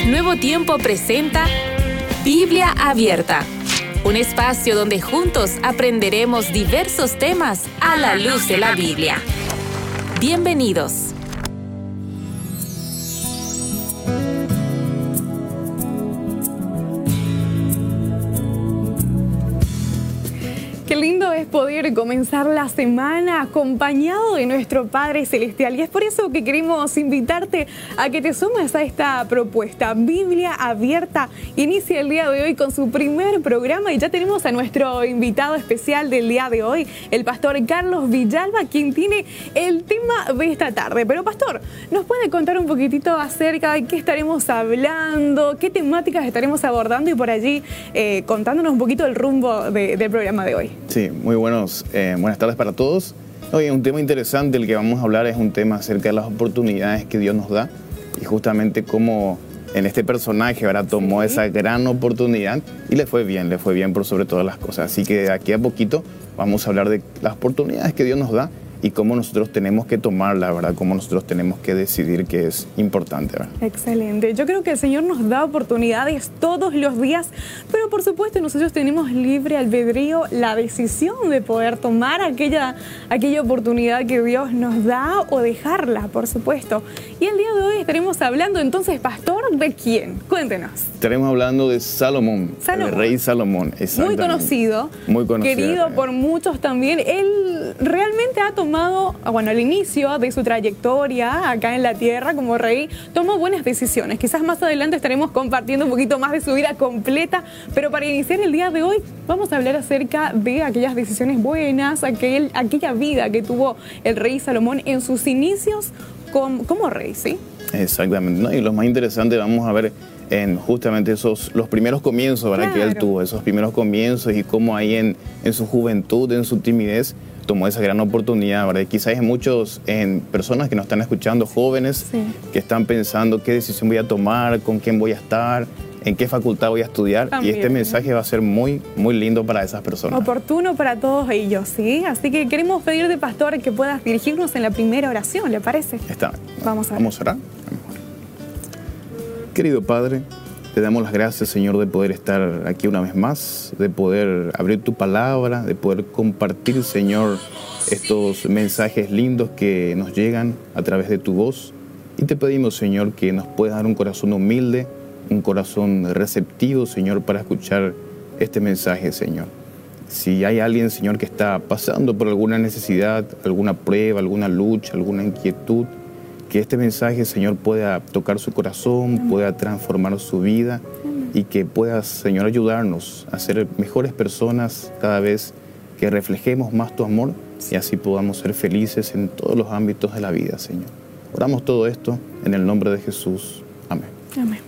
Nuevo Tiempo presenta Biblia Abierta, un espacio donde juntos aprenderemos diversos temas a la luz de la Biblia. Bienvenidos. Qué lindo es poder comenzar la semana acompañado de nuestro Padre Celestial, y es por eso que queremos invitarte a que te sumes a esta propuesta. Biblia Abierta inicia el día de hoy con su primer programa y ya tenemos a nuestro invitado especial del día de hoy, el pastor Carlos Villalba, quien tiene el tema de esta tarde. Pero pastor, ¿nos puede contar un poquitito acerca de qué estaremos hablando, qué temáticas estaremos abordando y por allí contándonos un poquito el rumbo del programa de hoy? Sí, muy buenas tardes para todos. Hoy un tema interesante, el que vamos a hablar es un tema acerca de las oportunidades que Dios nos da y justamente cómo en este personaje ahora tomó esa gran oportunidad y le fue bien por sobre todas las cosas. Así que de aquí a poquito vamos a hablar de las oportunidades que Dios nos da y cómo nosotros tenemos que tomarla, ¿verdad? Cómo nosotros tenemos que decidir que es importante, ¿verdad? Excelente. Yo creo que el Señor nos da oportunidades todos los días, pero por supuesto nosotros tenemos libre albedrío, la decisión de poder tomar aquella oportunidad que Dios nos da o dejarla, por supuesto. Y el día de hoy estaremos hablando entonces, pastor, ¿de quién? Cuéntenos. Estaremos hablando de Salomón, el rey Salomón. Muy conocido, querido por muchos también. Él realmente ha tomado, al inicio de su trayectoria acá en la tierra como rey, tomó buenas decisiones. Quizás más adelante estaremos compartiendo un poquito más de su vida completa, pero para iniciar el día de hoy vamos a hablar acerca de aquellas decisiones buenas, aquella vida que tuvo el rey Salomón en sus inicios como rey, ¿sí? Exactamente, ¿no? Y lo más interesante vamos a ver en justamente los primeros comienzos, ¿verdad? Claro. Que él tuvo, esos primeros comienzos y cómo ahí en su juventud, en su timidez, tomó esa gran oportunidad, ¿verdad? Y quizás hay muchos personas que nos están escuchando, jóvenes, que están pensando qué decisión voy a tomar, con quién voy a estar, en qué facultad voy a estudiar. También. Y este mensaje va a ser muy, muy lindo para esas personas. Oportuno para todos ellos, ¿sí? Así que queremos pedirte, pastor, que puedas dirigirnos en la primera oración, ¿le parece? Está. Vamos a orar. Querido Padre, te damos las gracias, Señor, de poder estar aquí una vez más, de poder abrir tu palabra, de poder compartir, Señor, estos mensajes lindos que nos llegan a través de tu voz. Y te pedimos, Señor, que nos puedas dar un corazón humilde, un corazón receptivo, Señor, para escuchar este mensaje, Señor. Si hay alguien, Señor, que está pasando por alguna necesidad, alguna prueba, alguna lucha, alguna inquietud, que este mensaje, Señor, pueda tocar su corazón, pueda transformar su vida y que pueda, Señor, ayudarnos a ser mejores personas cada vez que reflejemos más tu amor y así podamos ser felices en todos los ámbitos de la vida, Señor. Oramos todo esto en el nombre de Jesús. Amén. Amén.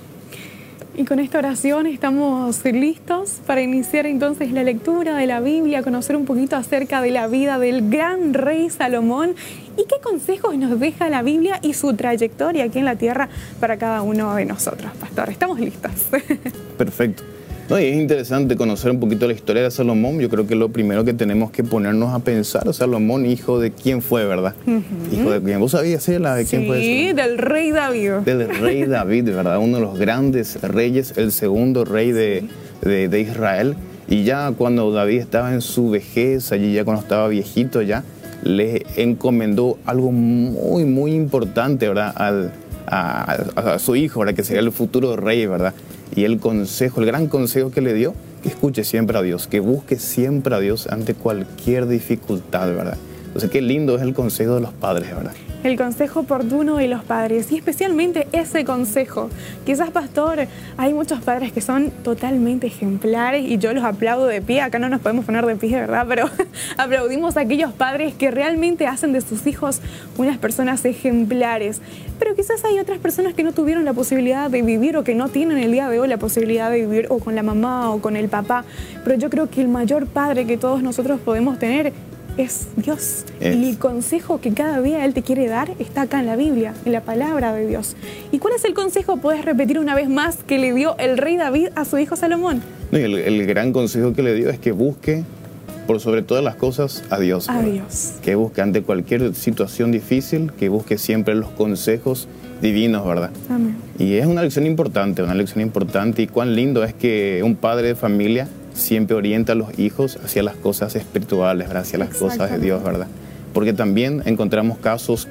Y con esta oración estamos listos para iniciar entonces la lectura de la Biblia, conocer un poquito acerca de la vida del gran rey Salomón y qué consejos nos deja la Biblia y su trayectoria aquí en la tierra para cada uno de nosotros, pastor. Estamos listos. Perfecto. No, y es interesante conocer un poquito la historia de Salomón. Yo creo que lo primero que tenemos que ponernos a pensar, Salomón, hijo de quién fue, ¿verdad? Hijo de quién. ¿Vos sabías, Cela, de quién fue? Sí, del rey David. Del rey David, ¿verdad? Uno de los grandes reyes, el segundo rey de Israel. Y ya cuando David estaba en su vejez, allí ya cuando estaba viejito ya, le encomendó algo muy, muy importante, ¿verdad? A su hijo, ¿verdad? Que sería el futuro rey, ¿verdad? Y el gran consejo que le dio, que escuche siempre a Dios, que busque siempre a Dios ante cualquier dificultad, ¿verdad? Entonces, qué lindo es el consejo de los padres, ¿verdad? El consejo oportuno de los padres, y especialmente ese consejo. Quizás, pastor, hay muchos padres que son totalmente ejemplares y yo los aplaudo de pie. Acá no nos podemos poner de pie, ¿verdad? Pero aplaudimos a aquellos padres que realmente hacen de sus hijos unas personas ejemplares. Pero quizás hay otras personas que no tuvieron la posibilidad de vivir o que no tienen el día de hoy la posibilidad de vivir o con la mamá o con el papá. Pero yo creo que el mayor padre que todos nosotros podemos tener es Dios. Y el consejo que cada día Él te quiere dar está acá en la Biblia, en la palabra de Dios. ¿Y cuál es el consejo? Puedes repetir una vez más que le dio el rey David a su hijo Salomón. No, y el gran consejo que le dio es que busque por sobre todas las cosas, a Dios. A ¿verdad? Dios. Que busque ante cualquier situación difícil, que busque siempre los consejos divinos, ¿verdad? Amén. Y es una lección importante, y cuán lindo es que un padre de familia siempre orienta a los hijos hacia las cosas espirituales, ¿verdad? Hacia las cosas de Dios, ¿verdad? Porque también encontramos casos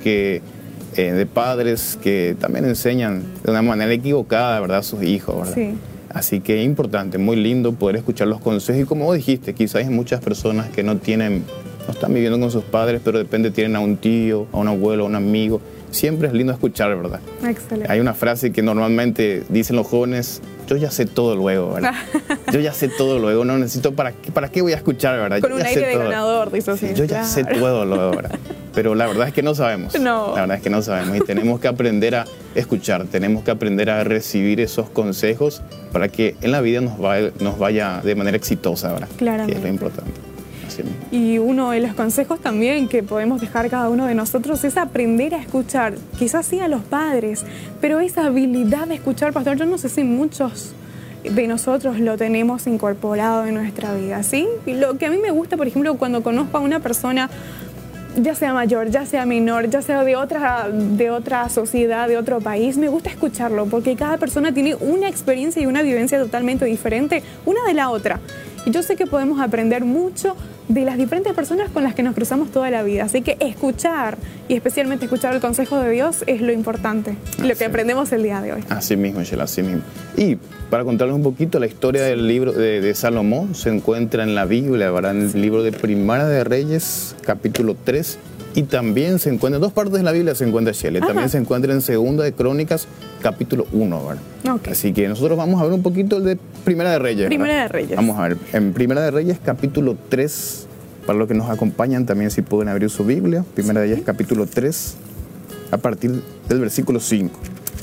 de padres que también enseñan de una manera equivocada, ¿verdad?, a sus hijos, ¿verdad? Sí. Así que es importante, muy lindo poder escuchar los consejos. Y como vos dijiste, quizás hay muchas personas que no están viviendo con sus padres, pero de repente tienen a un tío, a un abuelo, a un amigo. Siempre es lindo escuchar, ¿verdad? Excelente. Hay una frase que normalmente dicen los jóvenes: yo ya sé todo luego, ¿verdad? Yo ya sé todo luego, no necesito, ¿para qué voy a escuchar, ¿verdad? Con Yo un ya aire sé de todo. ganador, dice así. Sí, yo ya sé todo luego, ¿verdad? Pero la verdad es que no sabemos. No. La verdad es que no sabemos y tenemos que aprender a escuchar, tenemos que aprender a recibir esos consejos para que en la vida nos vaya de manera exitosa, ¿verdad? Claramente. Que es lo importante. Así mismo. Y uno de los consejos también que podemos dejar cada uno de nosotros es aprender a escuchar, quizás sí a los padres, pero esa habilidad de escuchar, pastor, yo no sé si muchos de nosotros lo tenemos incorporado en nuestra vida, ¿sí? Y lo que a mí me gusta, por ejemplo, cuando conozco a una persona, ya sea mayor, ya sea menor, ya sea de otra sociedad, de otro país, me gusta escucharlo porque cada persona tiene una experiencia y una vivencia totalmente diferente una de la otra. Y yo sé que podemos aprender mucho de las diferentes personas con las que nos cruzamos toda la vida. Así que escuchar, y especialmente escuchar el consejo de Dios, es lo importante, lo que aprendemos el día de hoy. Así mismo, Sheila, así mismo. Y para contarles un poquito, la historia del libro de Salomón se encuentra en la Biblia, ¿verdad? En el libro de Primera de Reyes, capítulo 3. Y también se encuentra, en dos partes de la Biblia se encuentra, Sheila. También se encuentra en Segunda de Crónicas, capítulo 1, ¿verdad? Okay. Así que nosotros vamos a ver un poquito el de Primera de Reyes. Primera de Reyes. Vamos a ver, en Primera de Reyes, capítulo 3, para los que nos acompañan también, si pueden abrir su Biblia. Primera de Reyes, capítulo 3, a partir del versículo 5.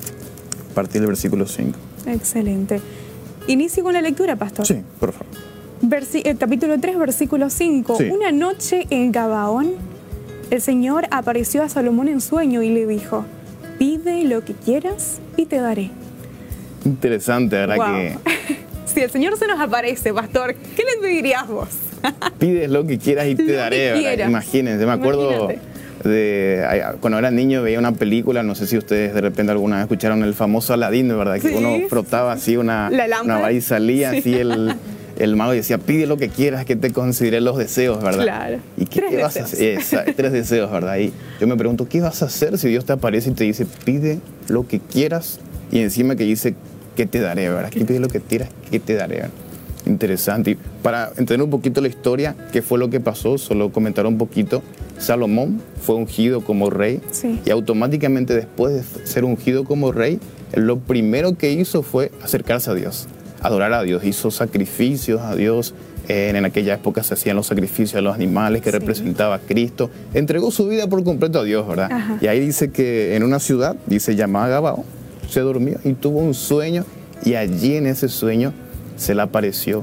A partir del versículo 5. Excelente. Inicio con la lectura, pastor. Sí, por favor. Capítulo 3, versículo 5. Sí. Una noche en Gabaón, el Señor apareció a Salomón en sueño y le dijo: pide lo que quieras y te daré. Interesante, ¿verdad? Wow. Que Si el Señor se nos aparece, pastor, ¿qué le pedirías vos? pides lo que quieras y te Lo que daré, ¿verdad? quieras. Imagínense, me acuerdo cuando era niño, veía una película, no sé si ustedes de repente alguna vez escucharon el famoso Aladín, ¿verdad? Que Sí. uno frotaba así La lámpara. y salía así el mago y decía: pide lo que quieras que te concederé los deseos, ¿verdad? Claro. ¿Y qué vas a hacer? 3 deseos, ¿verdad? Y yo me pregunto, ¿qué vas a hacer si Dios te aparece y te dice: pide lo que quieras, y encima que dice que te daré, ¿verdad? Que pide lo que quieras, que te daré, ¿verdad? Interesante. Y para entender un poquito la historia, qué fue lo que pasó, solo comentar un poquito. Salomón fue ungido como rey, Sí. y automáticamente después de ser ungido como rey, lo primero que hizo fue acercarse a Dios, adorar a Dios. Hizo sacrificios a Dios. En aquella época se hacían los sacrificios a los animales que Sí. representaba a Cristo. Entregó su vida por completo a Dios, ¿verdad? Ajá. Y ahí dice que en una ciudad, dice, llamada Gabaón, se durmió y tuvo un sueño, y allí en ese sueño se le apareció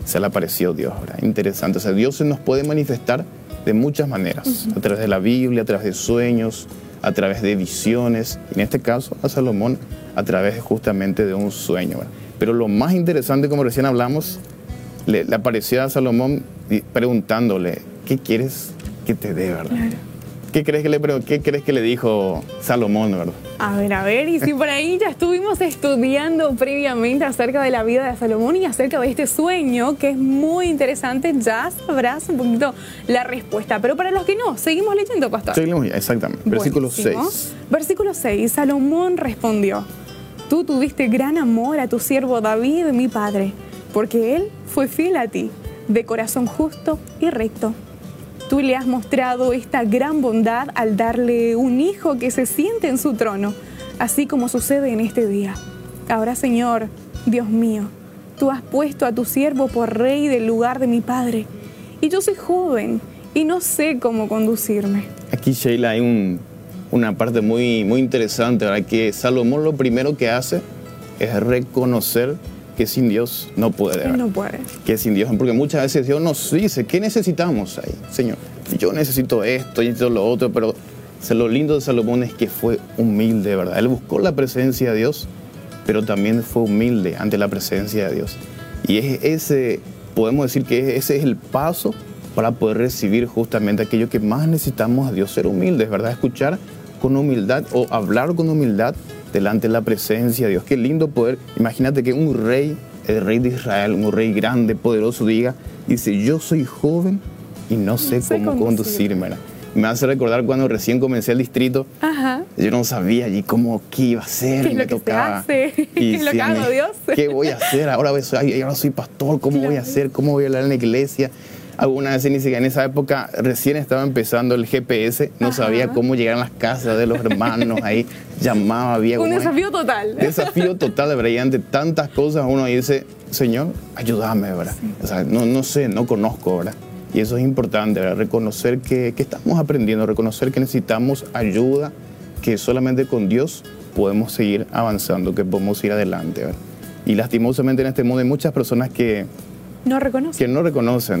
Dios, ¿verdad? Interesante. O sea, Dios se nos puede manifestar de muchas maneras, a través de la Biblia, a través de sueños, a través de visiones, y en este caso a Salomón a través justamente de un sueño, ¿verdad? Pero lo más interesante, como recién hablamos, le apareció a Salomón preguntándole: ¿qué quieres que te dé, verdad? Claro. ¿Qué crees que le dijo Salomón, verdad? A ver, y si por ahí ya estuvimos estudiando previamente acerca de la vida de Salomón y acerca de este sueño, que es muy interesante, ya sabrás un poquito la respuesta. Pero para los que no, seguimos leyendo, pastor. Seguimos ya, exactamente. Versículo Buenísimo. 6. Versículo 6. Salomón respondió: tú tuviste gran amor a tu siervo David, mi padre, porque él fue fiel a ti, de corazón justo y recto. Tú le has mostrado esta gran bondad al darle un hijo que se siente en su trono, así como sucede en este día. Ahora, Señor, Dios mío, tú has puesto a tu siervo por rey del lugar de mi padre, y yo soy joven y no sé cómo conducirme. Aquí, Sheila, hay una parte muy, muy interesante, ¿verdad? Que Salomón lo primero que hace es reconocer que sin Dios no puede, ¿verdad? Él no puede. Que sin Dios, porque muchas veces Dios nos dice: ¿qué necesitamos ahí, Señor? Yo necesito esto, yo necesito lo otro, pero lo lindo de Salomón es que fue humilde, ¿verdad? Él buscó la presencia de Dios, pero también fue humilde ante la presencia de Dios. Y podemos decir que ese es el paso para poder recibir justamente aquello que más necesitamos a Dios, ser humildes, ¿verdad? Escuchar con humildad o hablar con humildad delante de la presencia de Dios. Qué lindo poder, imagínate que un rey, el rey de Israel, un rey grande, poderoso, dice, yo soy joven y no sé cómo conducirme, ¿verdad? Me hace recordar cuando recién comencé el distrito. Ajá. Yo no sabía allí qué iba a hacer. ¿Qué es lo que tocaba. Se hace? ¿Qué es lo que hago, Dios? ¿Qué voy a hacer? Ahora soy pastor, ¿cómo voy a hacer? ¿Cómo voy a hablar en la iglesia? Algunas veces ni siquiera en esa época recién estaba empezando el GPS, no sabía cómo llegar a las casas de los hermanos, ahí llamaba, había un desafío total. Desafío total, de verdad, y ante tantas cosas uno dice, Señor, ayúdame, ¿verdad? Sí. O sea, no sé, no conozco, ¿verdad? Y eso es importante, ¿verdad? Reconocer que estamos aprendiendo, reconocer que necesitamos ayuda, que solamente con Dios podemos seguir avanzando, que podemos ir adelante, ¿verdad? Y lastimosamente en este mundo hay muchas personas que no reconocen,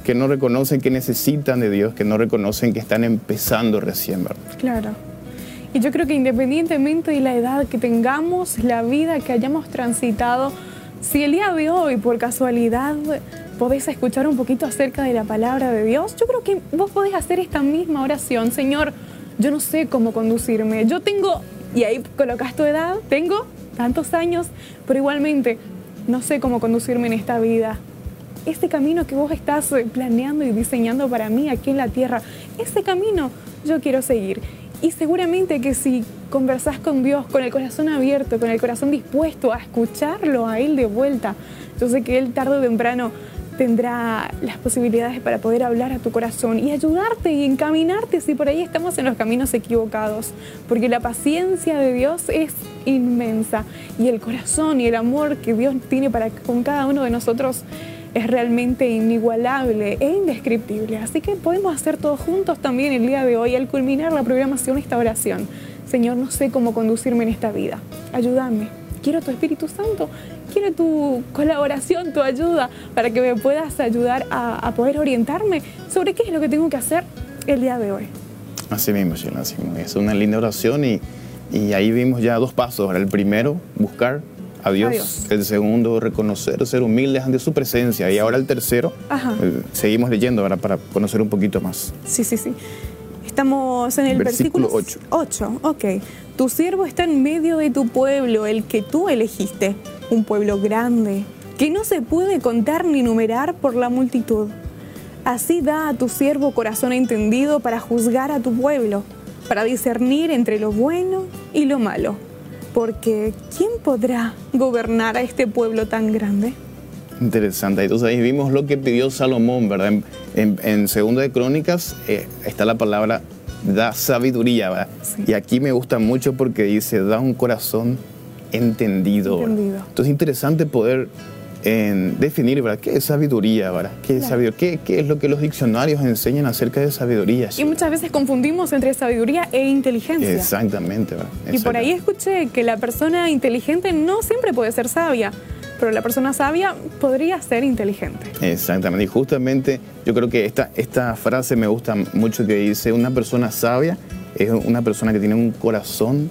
que necesitan de Dios, que no reconocen que están empezando recién, ¿verdad? Claro. Y yo creo que independientemente de la edad que tengamos, la vida que hayamos transitado, si el día de hoy, por casualidad, podés escuchar un poquito acerca de la palabra de Dios, yo creo que vos podés hacer esta misma oración. Señor, yo no sé cómo conducirme. Yo tengo, y ahí colocas tu edad, tengo tantos años, pero igualmente no sé cómo conducirme en esta vida. Este camino que vos estás planeando y diseñando para mí aquí en la tierra, ese camino yo quiero seguir. Y seguramente que si conversás con Dios con el corazón abierto, con el corazón dispuesto a escucharlo a Él de vuelta, yo sé que Él tarde o temprano tendrá las posibilidades para poder hablar a tu corazón y ayudarte y encaminarte si por ahí estamos en los caminos equivocados. Porque la paciencia de Dios es inmensa y el corazón y el amor que Dios tiene con cada uno de nosotros es realmente inigualable e indescriptible. Así que podemos hacer todos juntos también el día de hoy al culminar la programación esta oración. Señor, no sé cómo conducirme en esta vida. Ayúdame. Quiero tu Espíritu Santo. Quiero tu colaboración, tu ayuda, para que me puedas ayudar a poder orientarme sobre qué es lo que tengo que hacer el día de hoy. Así mismo, Sheila, así mismo. Es una linda oración y ahí vimos ya dos pasos. El primero, buscar a Dios. El segundo, reconocer, ser humildes ante su presencia. Y ahora el tercero, seguimos leyendo ahora para conocer un poquito más. Sí. Estamos en el versículo 8. 8, ok. Tu siervo está en medio de tu pueblo, el que tú elegiste, un pueblo grande, que no se puede contar ni numerar por la multitud. Así da a tu siervo corazón entendido para juzgar a tu pueblo, para discernir entre lo bueno y lo malo. Porque ¿quién podrá gobernar a este pueblo tan grande? Interesante. Entonces ahí vimos lo que pidió Salomón, ¿verdad? En Segunda de Crónicas está la palabra da sabiduría, ¿verdad? Sí. Y aquí me gusta mucho porque dice da un corazón entendido. Entonces es interesante poder definir, ¿verdad? ¿Qué es sabiduría, verdad? ¿Qué es sabiduría? ¿Qué es lo que los diccionarios enseñan acerca de sabiduría? Y muchas veces confundimos entre sabiduría e inteligencia. Exactamente, ¿verdad? Y por ahí escuché que la persona inteligente no siempre puede ser sabia, pero la persona sabia podría ser inteligente. Exactamente. Y justamente yo creo que esta frase me gusta mucho, que dice una persona sabia es una persona que tiene un corazón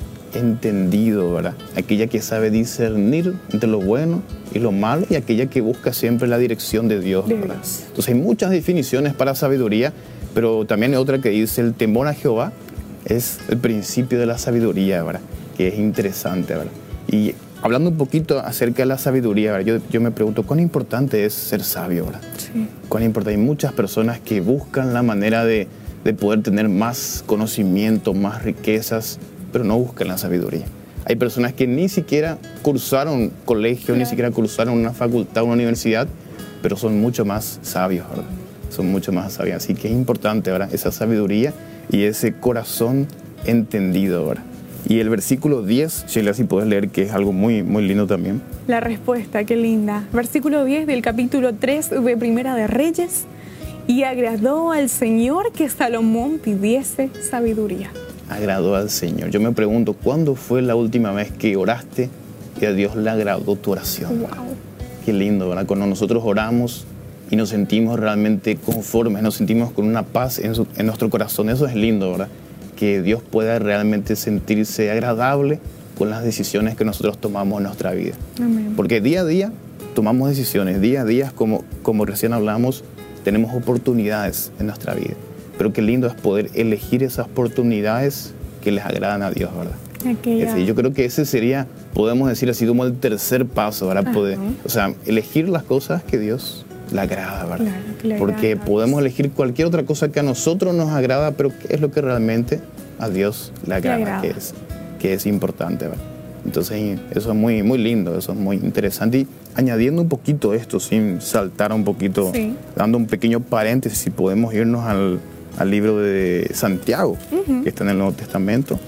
entendido, ¿verdad? Aquella que sabe discernir entre lo bueno y lo malo, y aquella que busca siempre la dirección de Dios, ¿verdad? Entonces hay muchas definiciones para sabiduría, pero también hay otra que dice el temor a Jehová es el principio de la sabiduría, ¿verdad? Que es interesante, ¿verdad? Y hablando un poquito acerca de la sabiduría, ¿verdad? Yo me pregunto, ¿cuán importante es ser sabio, ¿verdad? Sí. ¿Cuán importante? Hay muchas personas que buscan la manera de poder tener más conocimiento, más riquezas, pero no buscan la sabiduría. Hay personas que ni siquiera cursaron colegio, ni siquiera cursaron una facultad, una universidad, pero son mucho más sabios, ¿verdad? Son mucho más sabios. Así que es importante, ¿verdad? Esa sabiduría y ese corazón entendido, ¿verdad? Y el versículo 10, Sheila, si puedes leer, que es algo muy, muy lindo también. La respuesta, qué linda. Versículo 10 del capítulo 3 de Primera de Reyes. Y agradó al Señor que Salomón pidiese sabiduría. Agradó al Señor. Yo me pregunto, ¿cuándo fue la última vez que oraste y a Dios le agradó tu oración? Wow. Qué lindo, ¿verdad? Cuando nosotros oramos y nos sentimos realmente conformes, nos sentimos con una paz en nuestro corazón, eso es lindo, ¿verdad? Que Dios pueda realmente sentirse agradable con las decisiones que nosotros tomamos en nuestra vida. Amén. Porque día a día tomamos decisiones, día a día, como recién hablamos, tenemos oportunidades en nuestra vida. Pero qué lindo es poder elegir esas oportunidades que les agradan a Dios, ¿verdad? Yo creo que ese sería, podemos decir así, como el tercer paso, ¿verdad? Poder, o sea, elegir las cosas que Dios le agrada, ¿verdad? Claro, porque podemos elegir cualquier otra cosa que a nosotros nos agrada, pero ¿qué es lo que realmente a Dios le agrada? Que es importante, ¿verdad? Entonces, eso es muy, muy lindo, eso es muy interesante. Y añadiendo un poquito esto, sin saltar un poquito, dando un pequeño paréntesis, si podemos irnos al libro de Santiago, que está en el Nuevo Testamento.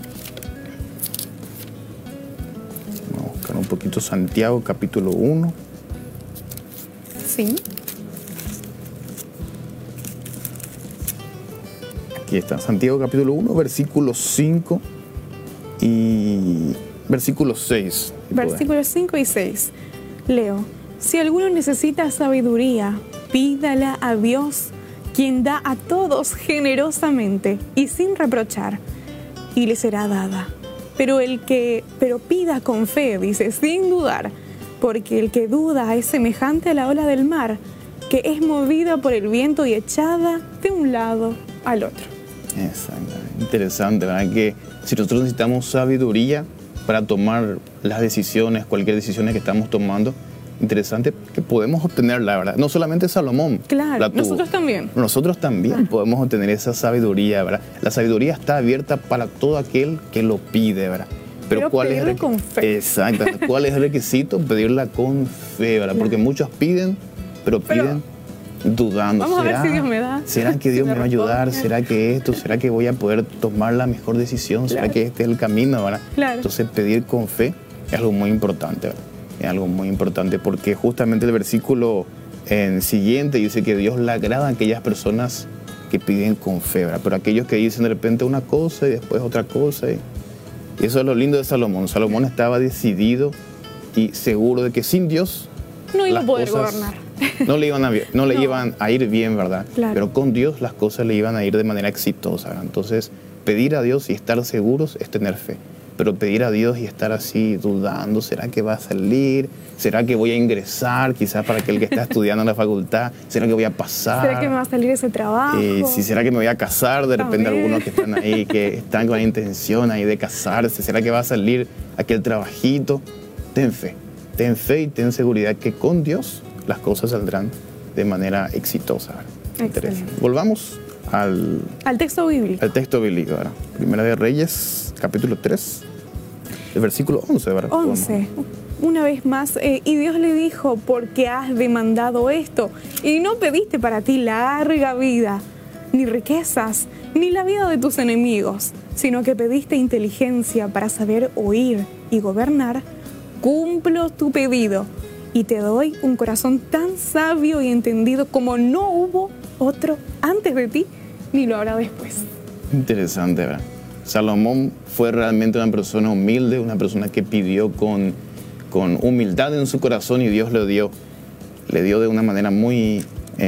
Vamos a buscar un poquito Santiago, capítulo 1. Sí. Aquí está, Santiago, capítulo 1, versículos 5 y versículo 6. Versículos 5 y 6. Leo: si alguno necesita sabiduría, pídala a Dios, quien da a todos generosamente y sin reprochar, y le será dada. Pero pida con fe, dice, sin dudar, porque el que duda es semejante a la ola del mar, que es movida por el viento y echada de un lado al otro. Exacto. Interesante, ¿verdad? Que si nosotros necesitamos sabiduría para tomar las decisiones, cualquier decisión que estamos tomando, interesante que podemos obtenerla, ¿verdad? No solamente Salomón. Claro, nosotros también. Nosotros también podemos obtener esa sabiduría, ¿verdad? La sabiduría está abierta para todo aquel que lo pide, ¿verdad? Pero ¿cuál es con fe? Exacto. ¿Cuál es el requisito? Pedirla con fe, ¿verdad? Porque muchos piden, pero piden dudando. Vamos a ver si Dios me da. ¿Será que Dios me va a ayudar? ¿Será que esto? ¿Será que voy a poder tomar la mejor decisión? ¿Será que este es el camino, ¿verdad? Claro. Entonces, pedir con fe es algo muy importante, ¿verdad? Es algo muy importante porque justamente el versículo siguiente dice que Dios le agrada a aquellas personas que piden con fe, ¿verdad? Pero aquellos que dicen de repente una cosa y después otra cosa. Y eso es lo lindo de Salomón. Salomón estaba decidido y seguro de que sin Dios no iba a poder gobernar. No le iban a ir bien, ¿verdad? Claro. Pero con Dios las cosas le iban a ir de manera exitosa, ¿verdad? Entonces, pedir a Dios y estar seguros es tener fe. Pero pedir a Dios y estar así dudando, ¿será que va a salir? ¿Será que voy a ingresar? Quizás para aquel que está estudiando en la facultad, ¿será que voy a pasar? ¿Será que me va a salir ese trabajo? Si ¿será que me voy a casar? De repente algunos que están ahí, que están con la intención ahí de casarse, ¿será que va a salir aquel trabajito? Ten fe y ten seguridad que con Dios las cosas saldrán de manera exitosa. Volvamos al texto bíblico. Al texto bíblico, ¿verdad? Primera de Reyes, capítulo 3, el versículo 11, ¿verdad? 11. Una vez más, y Dios le dijo: ¿por qué has demandado esto? Y no pediste para ti larga vida, ni riquezas, ni la vida de tus enemigos, sino que pediste inteligencia para saber oír y gobernar. Cumplo tu pedido y te doy un corazón tan sabio y entendido como no hubo otro antes de ti, ni lo habrá después. Interesante, ¿verdad? Salomón fue realmente una persona humilde, una persona que pidió con humildad en su corazón y Dios le dio de una manera muy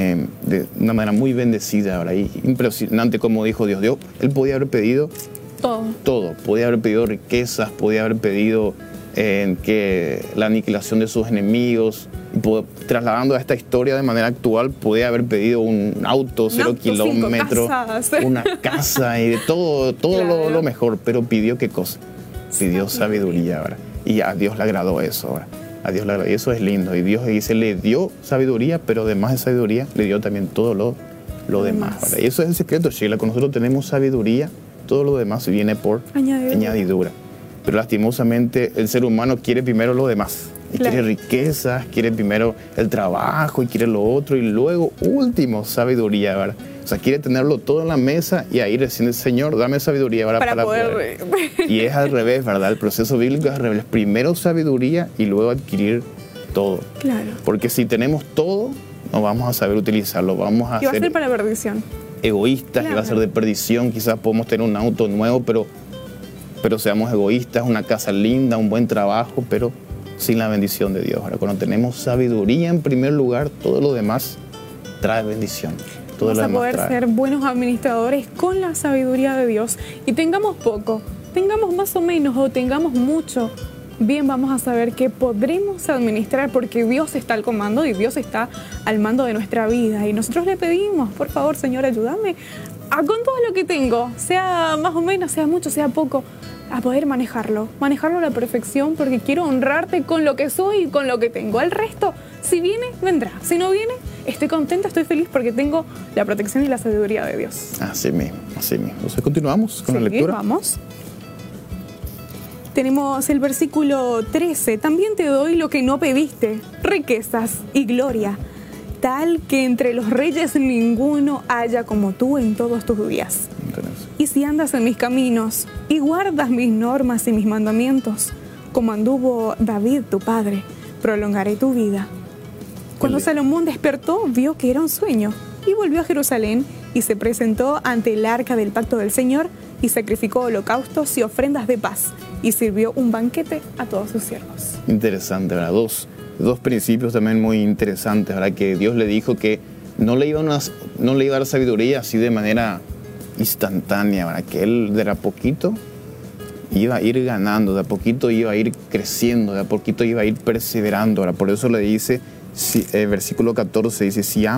bendecida, ¿verdad? Y impresionante como dijo Dios. Él podía haber pedido todo. Podía haber pedido riquezas, podía haber pedido que la aniquilación de sus enemigos, y trasladando a esta historia de manera actual, podía haber pedido un auto 0 kilómetros, una casa y de todo claro. lo mejor, pero pidió ¿qué cosa? Pidió sabiduría, ¿verdad? Y a Dios le agradó eso, ¿verdad? A Dios le agradó, y eso es lindo, y Dios dice, le dio sabiduría, pero además de sabiduría, le dio también todo lo demás, ¿verdad? Y eso es el secreto, Sheila, cuando nosotros tenemos sabiduría, todo lo demás viene por añadidura. Pero lastimosamente el ser humano quiere primero lo demás. Y quiere riquezas, quiere primero el trabajo y quiere lo otro. Y luego, último, sabiduría, ¿verdad? O sea, quiere tenerlo todo en la mesa y ahí recién el Señor, dame sabiduría, ¿verdad? Para poder. Y es al revés, ¿verdad? El proceso bíblico es al revés. Primero sabiduría y luego adquirir todo. Claro. Porque si tenemos todo, no vamos a saber utilizarlo. Vamos a y va a ser para perdición. Egoístas, y va a ser de perdición. Quizás podemos tener un auto nuevo, pero seamos egoístas, una casa linda, un buen trabajo, pero sin la bendición de Dios. Ahora, cuando tenemos sabiduría en primer lugar, todo lo demás trae bendición. Vamos a poder ser buenos administradores con la sabiduría de Dios. Y tengamos poco, tengamos más o menos, o tengamos mucho, bien vamos a saber que podremos administrar porque Dios está al comando y Dios está al mando de nuestra vida. Y nosotros le pedimos, por favor, Señor, ayúdame con todo lo que tengo, sea más o menos, sea mucho, sea poco, a poder manejarlo a la perfección, porque quiero honrarte con lo que soy y con lo que tengo. El resto, si viene, vendrá. Si no viene, estoy contenta, estoy feliz porque tengo la protección y la sabiduría de Dios. Así mismo, así mismo. Entonces continuamos con la lectura. Vamos. Tenemos el versículo 13. También te doy lo que no pediste, riquezas y gloria, tal que entre los reyes ninguno haya como tú en todos tus días. Y si andas en mis caminos y guardas mis normas y mis mandamientos, como anduvo David tu padre, prolongaré tu vida. Cuando Salomón despertó, vio que era un sueño y volvió a Jerusalén y se presentó ante el arca del pacto del Señor y sacrificó holocaustos y ofrendas de paz y sirvió un banquete a todos sus siervos. Interesante, ¿verdad? Dos principios también muy interesantes, ¿verdad? Que Dios le dijo que no le iba a dar sabiduría así de manera instantánea, ¿verdad? Que él de a poquito iba a ir ganando, de a poquito iba a ir creciendo, de a poquito iba a ir perseverando, ¿verdad? Por eso le dice, versículo 14, dice, si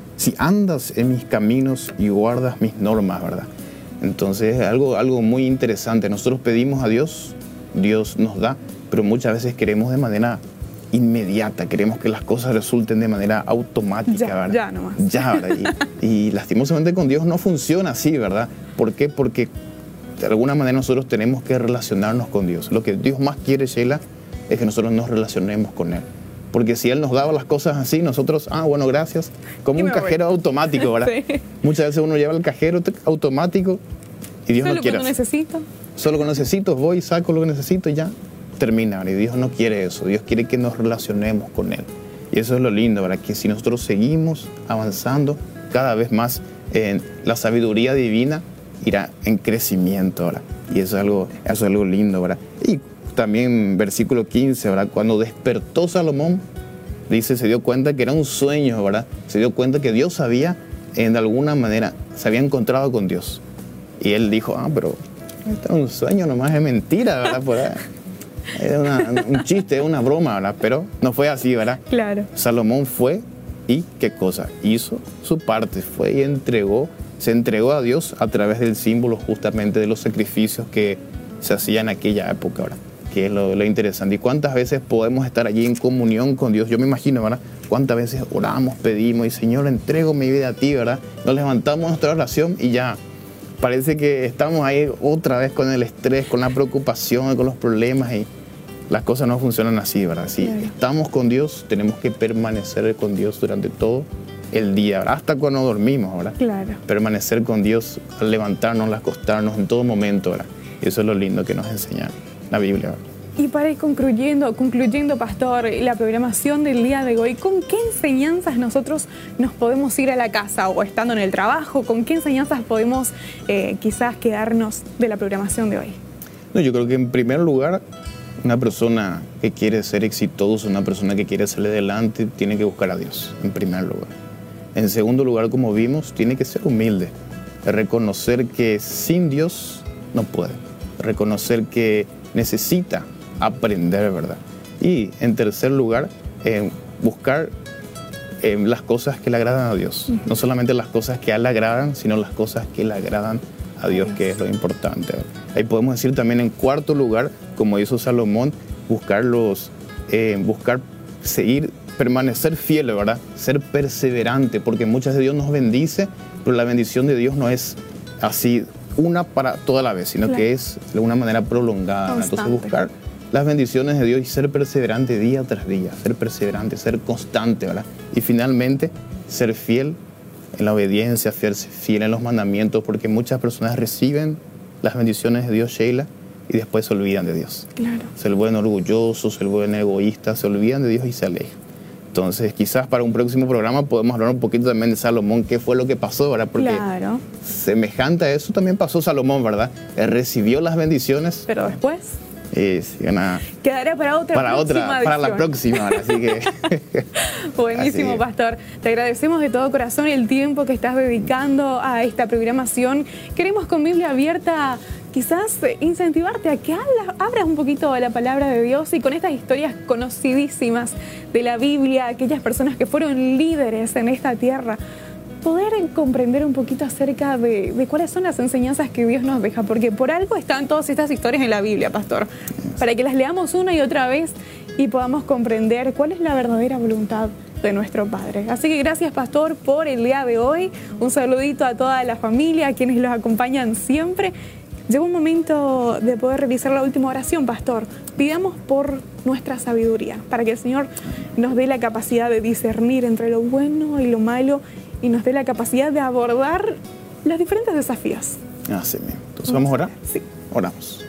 andas en mis caminos y guardas mis normas, ¿verdad? Entonces es algo muy interesante. Nosotros pedimos a Dios, Dios nos da, pero muchas veces queremos de manera inmediata, queremos que las cosas resulten de manera automática, ¿verdad? Ya nomás. Ya, ¿verdad? Y lastimosamente con Dios no funciona así, ¿verdad? ¿Por qué? Porque de alguna manera nosotros tenemos que relacionarnos con Dios. Lo que Dios más quiere, Sheila, es que nosotros nos relacionemos con Él. Porque si Él nos daba las cosas así, nosotros, bueno, gracias, como un cajero automático, ¿verdad? Sí. Muchas veces uno lleva el cajero automático y Dios no quiere. Solo cuando necesito. Solo cuando necesito, voy, saco lo que necesito y ya termina, ¿verdad? Y Dios no quiere eso. Dios quiere que nos relacionemos con Él. Y eso es lo lindo, ¿verdad? Que si nosotros seguimos avanzando cada vez más en la sabiduría divina, irá en crecimiento, ¿verdad? Y eso es algo lindo, ¿verdad? Y también versículo 15, ¿verdad? Cuando despertó Salomón, dice, se dio cuenta que era un sueño, ¿verdad? Se dio cuenta que Dios había, de alguna manera, se había encontrado con Dios. Y él dijo, pero esto es un sueño, nomás es mentira, ¿verdad? Por ahí. Es un chiste, es una broma, ¿verdad? Pero no fue así, ¿verdad? Claro. Salomón fue y, ¿qué cosa? Hizo su parte, fue y se entregó a Dios a través del símbolo justamente de los sacrificios que se hacían en aquella época, ¿verdad? Que es lo interesante. ¿Y cuántas veces podemos estar allí en comunión con Dios? Yo me imagino, ¿verdad? Cuántas veces oramos, pedimos y Señor, entrego mi vida a ti, ¿verdad? Nos levantamos nuestra oración y ya parece que estamos ahí otra vez con el estrés, con la preocupación, con los problemas y las cosas no funcionan así, ¿verdad? Si estamos con Dios, tenemos que permanecer con Dios durante todo el día, ¿verdad? Hasta cuando dormimos, ¿verdad? Claro. Permanecer con Dios al levantarnos, al acostarnos, en todo momento, ¿verdad? Y eso es lo lindo que nos enseña la Biblia, ¿verdad? Y para ir concluyendo, Pastor, la programación del día de hoy, ¿con qué enseñanzas nosotros nos podemos ir a la casa o estando en el trabajo? ¿Con qué enseñanzas podemos quizás quedarnos de la programación de hoy? No, yo creo que en primer lugar, una persona que quiere ser exitosa, una persona que quiere salir adelante, tiene que buscar a Dios, en primer lugar. En segundo lugar, como vimos, tiene que ser humilde, reconocer que sin Dios no puede, reconocer que necesita aprender, ¿verdad? Y en tercer lugar, buscar las cosas que le agradan a Dios. Uh-huh. No solamente las cosas que a él le agradan, sino las cosas que le agradan a Dios, que es lo importante, ¿verdad? Ahí podemos decir también en cuarto lugar, como hizo Salomón, buscar permanecer fiel, ¿verdad? Ser perseverante, porque muchas de Dios nos bendice, pero la bendición de Dios no es así una para toda la vez, sino que es de una manera prolongada. Entonces buscar las bendiciones de Dios y ser perseverante día tras día, ser perseverante, ser constante, ¿verdad? Y finalmente ser fiel en la obediencia, ser fiel en los mandamientos, porque muchas personas reciben las bendiciones de Dios, Sheila, y después se olvidan de Dios. Claro. Se vuelven orgullosos, se vuelven egoístas, se olvidan de Dios y se alejan. Entonces, quizás para un próximo programa podemos hablar un poquito también de Salomón, qué fue lo que pasó, ¿verdad? Porque semejante a eso también pasó Salomón, ¿verdad? Él recibió las bendiciones. Pero después... quedará para la próxima, así que... Buenísimo, así Pastor. Te agradecemos de todo corazón el tiempo que estás dedicando a esta programación. Queremos con Biblia Abierta quizás incentivarte a que abras un poquito la palabra de Dios y con estas historias conocidísimas de la Biblia, aquellas personas que fueron líderes en esta tierra, poder comprender un poquito acerca de cuáles son las enseñanzas que Dios nos deja, porque por algo están todas estas historias en la Biblia, pastor, para que las leamos una y otra vez y podamos comprender cuál es la verdadera voluntad de nuestro Padre. Así que gracias, pastor, por el día de hoy. Un saludito a toda la familia, a quienes los acompañan siempre. Llegó un momento de poder realizar la última oración, pastor. Pidamos por nuestra sabiduría, para que el Señor nos dé la capacidad de discernir entre lo bueno y lo malo y nos dé la capacidad de abordar los diferentes desafíos. Así mismo. Entonces, ¿vamos a orar? Sí. Oramos.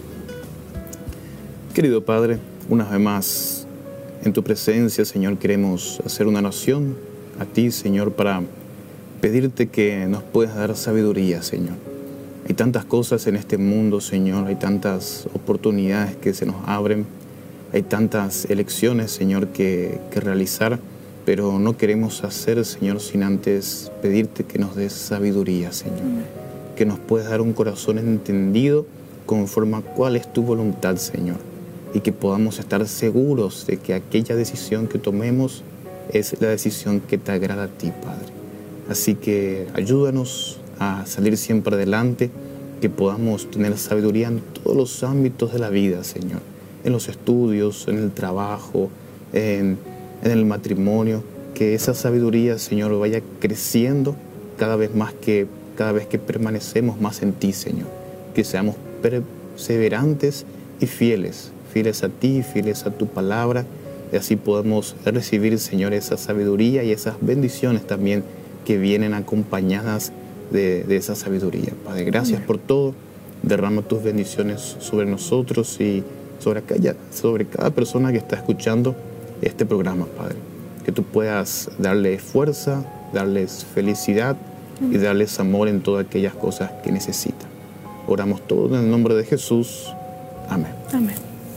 Querido Padre, una vez más, en tu presencia, Señor, queremos hacer una oración a ti, Señor, para pedirte que nos puedas dar sabiduría, Señor. Hay tantas cosas en este mundo, Señor, hay tantas oportunidades que se nos abren, hay tantas elecciones, Señor, que realizar, pero no queremos hacer, Señor, sin antes pedirte que nos des sabiduría, Señor. Que nos puedas dar un corazón entendido conforme a cuál es tu voluntad, Señor. Y que podamos estar seguros de que aquella decisión que tomemos es la decisión que te agrada a ti, Padre. Así que ayúdanos a salir siempre adelante, que podamos tener sabiduría en todos los ámbitos de la vida, Señor. En los estudios, en el trabajo, en el matrimonio. Que esa sabiduría, Señor, vaya creciendo cada vez que permanecemos más en ti, Señor. Que seamos perseverantes y fieles a ti, fieles a tu palabra, y así podemos recibir, Señor, esa sabiduría y esas bendiciones también que vienen acompañadas de esa sabiduría. Padre, gracias por todo. Derrama tus bendiciones sobre nosotros y sobre cada persona que está escuchando este programa, Padre. Que tú puedas darles fuerza, darles felicidad y darles amor en todas aquellas cosas que necesitan. Oramos todo en el nombre de Jesús. Amén. Amén.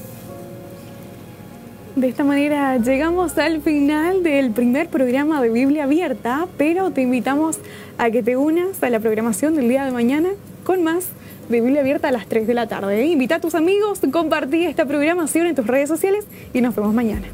De esta manera llegamos al final del primer programa de Biblia Abierta, pero te invitamos a que te unas a la programación del día de mañana con más de Biblia Abierta a las 3 de la tarde. Invita a tus amigos, compartí esta programación en tus redes sociales y nos vemos mañana.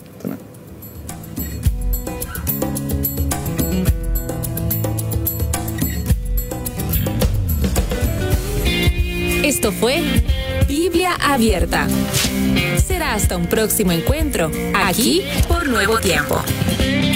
Esto fue Biblia Abierta. Será hasta un próximo encuentro, aquí por Nuevo Tiempo.